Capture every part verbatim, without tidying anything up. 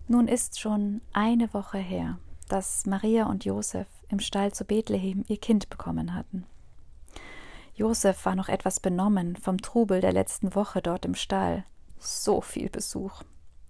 Nun ist schon eine Woche her, dass Maria und Josef im Stall zu Bethlehem ihr Kind bekommen hatten. Josef war noch etwas benommen vom Trubel der letzten Woche dort im Stall. So viel Besuch.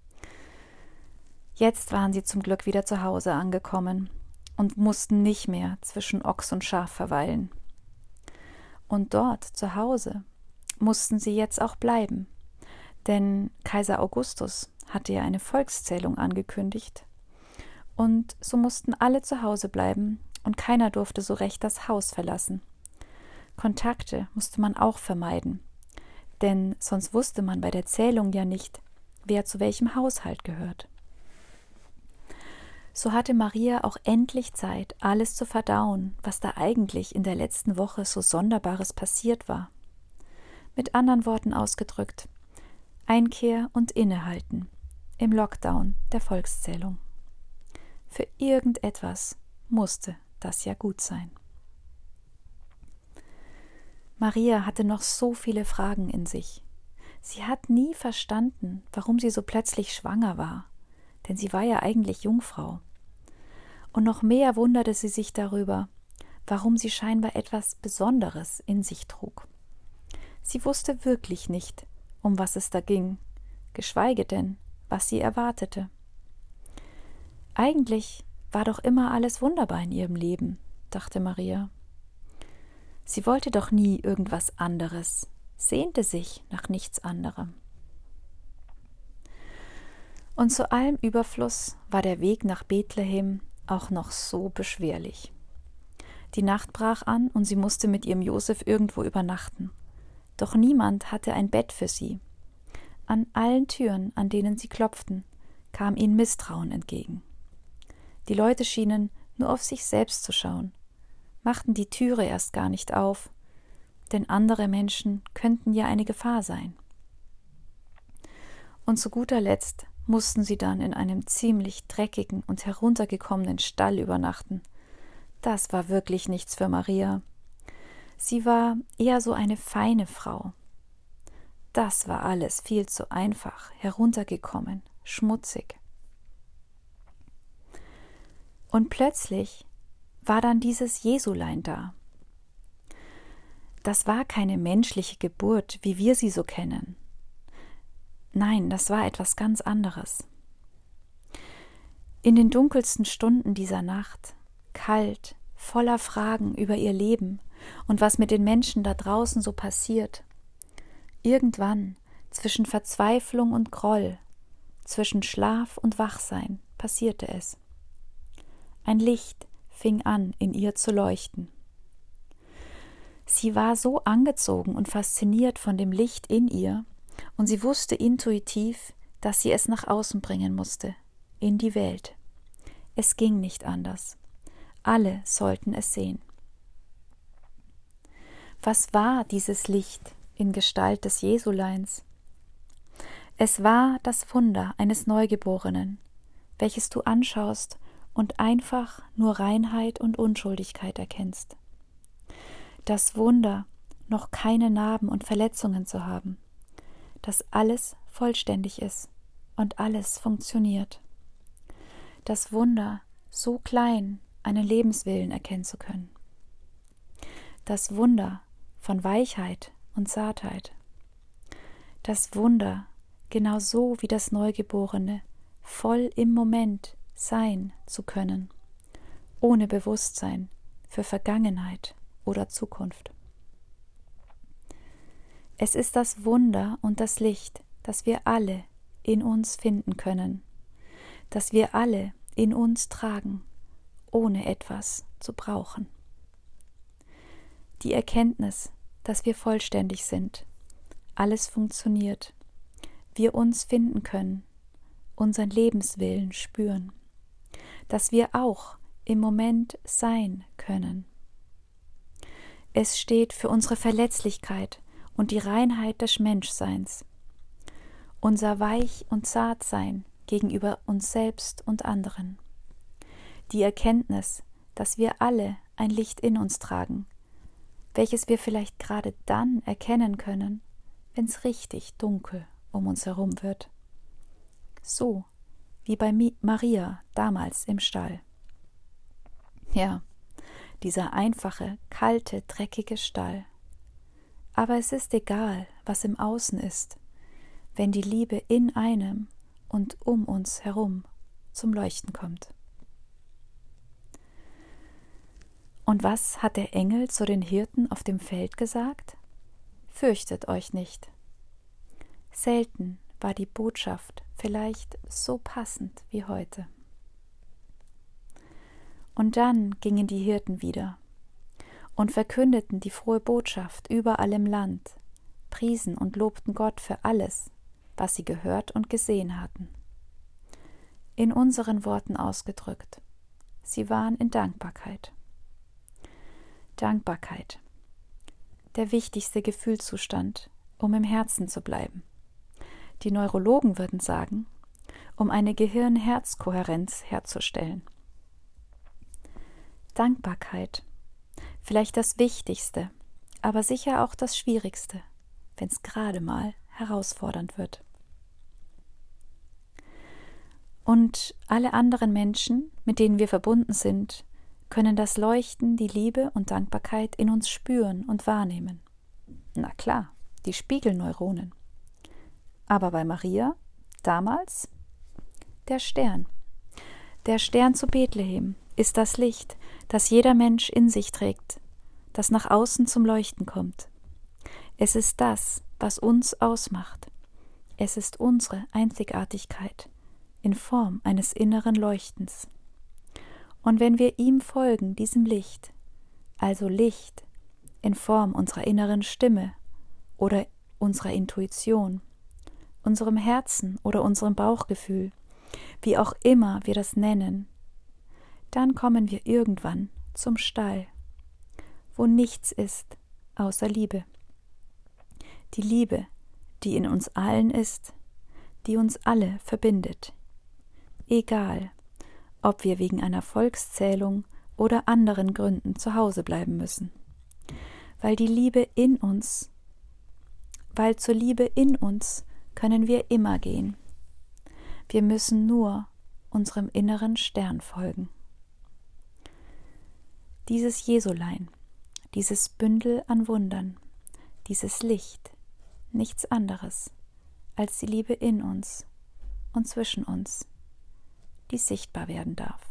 Jetzt waren sie zum Glück wieder zu Hause angekommen und mussten nicht mehr zwischen Ochs und Schaf verweilen. Und dort zu Hause mussten sie jetzt auch bleiben, denn Kaiser Augustus hatte ja eine Volkszählung angekündigt, und so mussten alle zu Hause bleiben und keiner durfte so recht das Haus verlassen. Kontakte musste man auch vermeiden, denn sonst wusste man bei der Zählung ja nicht, wer zu welchem Haushalt gehört. So hatte Maria auch endlich Zeit, alles zu verdauen, was da eigentlich in der letzten Woche so Sonderbares passiert war. Mit anderen Worten ausgedrückt: Einkehr und Innehalten im Lockdown der Volkszählung. Für irgendetwas musste das ja gut sein. Maria hatte noch so viele Fragen in sich. Sie hat nie verstanden, warum sie so plötzlich schwanger war, denn sie war ja eigentlich Jungfrau. Und noch mehr wunderte sie sich darüber, warum sie scheinbar etwas Besonderes in sich trug. Sie wusste wirklich nicht, um was es da ging, geschweige denn, was sie erwartete. Eigentlich war doch immer alles wunderbar in ihrem Leben, dachte Maria. Sie wollte doch nie irgendwas anderes, sehnte sich nach nichts anderem. Und zu allem Überfluss war der Weg nach Bethlehem auch noch so beschwerlich. Die Nacht brach an und sie musste mit ihrem Josef irgendwo übernachten. Doch niemand hatte ein Bett für sie. An allen Türen, an denen sie klopften, kam ihnen Misstrauen entgegen. Die Leute schienen nur auf sich selbst zu schauen, machten die Türe erst gar nicht auf, denn andere Menschen könnten ja eine Gefahr sein. Und zu guter Letzt mussten sie dann in einem ziemlich dreckigen und heruntergekommenen Stall übernachten. Das war wirklich nichts für Maria. Sie war eher so eine feine Frau. Das war alles viel zu einfach, heruntergekommen, schmutzig. Und plötzlich war dann dieses Jesulein da. Das war keine menschliche Geburt, wie wir sie so kennen. Nein, das war etwas ganz anderes. In den dunkelsten Stunden dieser Nacht, kalt, voller Fragen über ihr Leben und was mit den Menschen da draußen so passiert, irgendwann zwischen Verzweiflung und Groll, zwischen Schlaf und Wachsein passierte es. Ein Licht fing an, in ihr zu leuchten. Sie war so angezogen und fasziniert von dem Licht in ihr, und sie wusste intuitiv, dass sie es nach außen bringen musste, in die Welt. Es ging nicht anders. Alle sollten es sehen. Was war dieses Licht in Gestalt des Jesuleins? Es war das Wunder eines Neugeborenen, welches du anschaust und einfach nur Reinheit und Unschuldigkeit erkennst. Das Wunder, noch keine Narben und Verletzungen zu haben, dass alles vollständig ist und alles funktioniert. Das Wunder, so klein einen Lebenswillen erkennen zu können. Das Wunder von Weichheit und Zartheit. Das Wunder, genau so wie das Neugeborene, voll im Moment sein zu können, ohne Bewusstsein für Vergangenheit oder Zukunft. Es ist das Wunder und das Licht, das wir alle in uns finden können, das wir alle in uns tragen, ohne etwas zu brauchen. Die Erkenntnis, dass wir vollständig sind, alles funktioniert, wir uns finden können, unseren Lebenswillen spüren, dass wir auch im Moment sein können. Es steht für unsere Verletzlichkeit und die Reinheit des Menschseins, unser Weich- und Zartsein gegenüber uns selbst und anderen, die Erkenntnis, dass wir alle ein Licht in uns tragen, welches wir vielleicht gerade dann erkennen können, wenn es richtig dunkel um uns herum wird. So wie bei Maria damals im Stall. Ja, dieser einfache, kalte, dreckige Stall. Aber es ist egal, was im Außen ist, wenn die Liebe in einem und um uns herum zum Leuchten kommt. Und was hat der Engel zu den Hirten auf dem Feld gesagt? Fürchtet euch nicht. Selten war die Botschaft vielleicht so passend wie heute. Und dann gingen die Hirten wieder und verkündeten die frohe Botschaft überall im Land, priesen und lobten Gott für alles, was sie gehört und gesehen hatten. In unseren Worten ausgedrückt, sie waren in Dankbarkeit. Dankbarkeit, der wichtigste Gefühlszustand, um im Herzen zu bleiben. Die Neurologen würden sagen, um eine Gehirn-Herz-Kohärenz herzustellen. Dankbarkeit, vielleicht das Wichtigste, aber sicher auch das Schwierigste, wenn es gerade mal herausfordernd wird. Und alle anderen Menschen, mit denen wir verbunden sind, können das Leuchten, die Liebe und Dankbarkeit in uns spüren und wahrnehmen. Na klar, die Spiegelneuronen. Aber bei Maria, damals, der Stern. Der Stern zu Bethlehem ist das Licht, das jeder Mensch in sich trägt, das nach außen zum Leuchten kommt. Es ist das, was uns ausmacht. Es ist unsere Einzigartigkeit in Form eines inneren Leuchtens. Und wenn wir ihm folgen, diesem Licht, also Licht in Form unserer inneren Stimme oder unserer Intuition, unserem Herzen oder unserem Bauchgefühl, wie auch immer wir das nennen, dann kommen wir irgendwann zum Stall, wo nichts ist außer Liebe. Die Liebe, die in uns allen ist, die uns alle verbindet. Egal, ob wir wegen einer Volkszählung oder anderen Gründen zu Hause bleiben müssen. Weil die Liebe in uns, weil zur Liebe in uns können wir immer gehen. Wir müssen nur unserem inneren Stern folgen. Dieses Jesulein, dieses Bündel an Wundern, dieses Licht, nichts anderes als die Liebe in uns und zwischen uns, die sichtbar werden darf.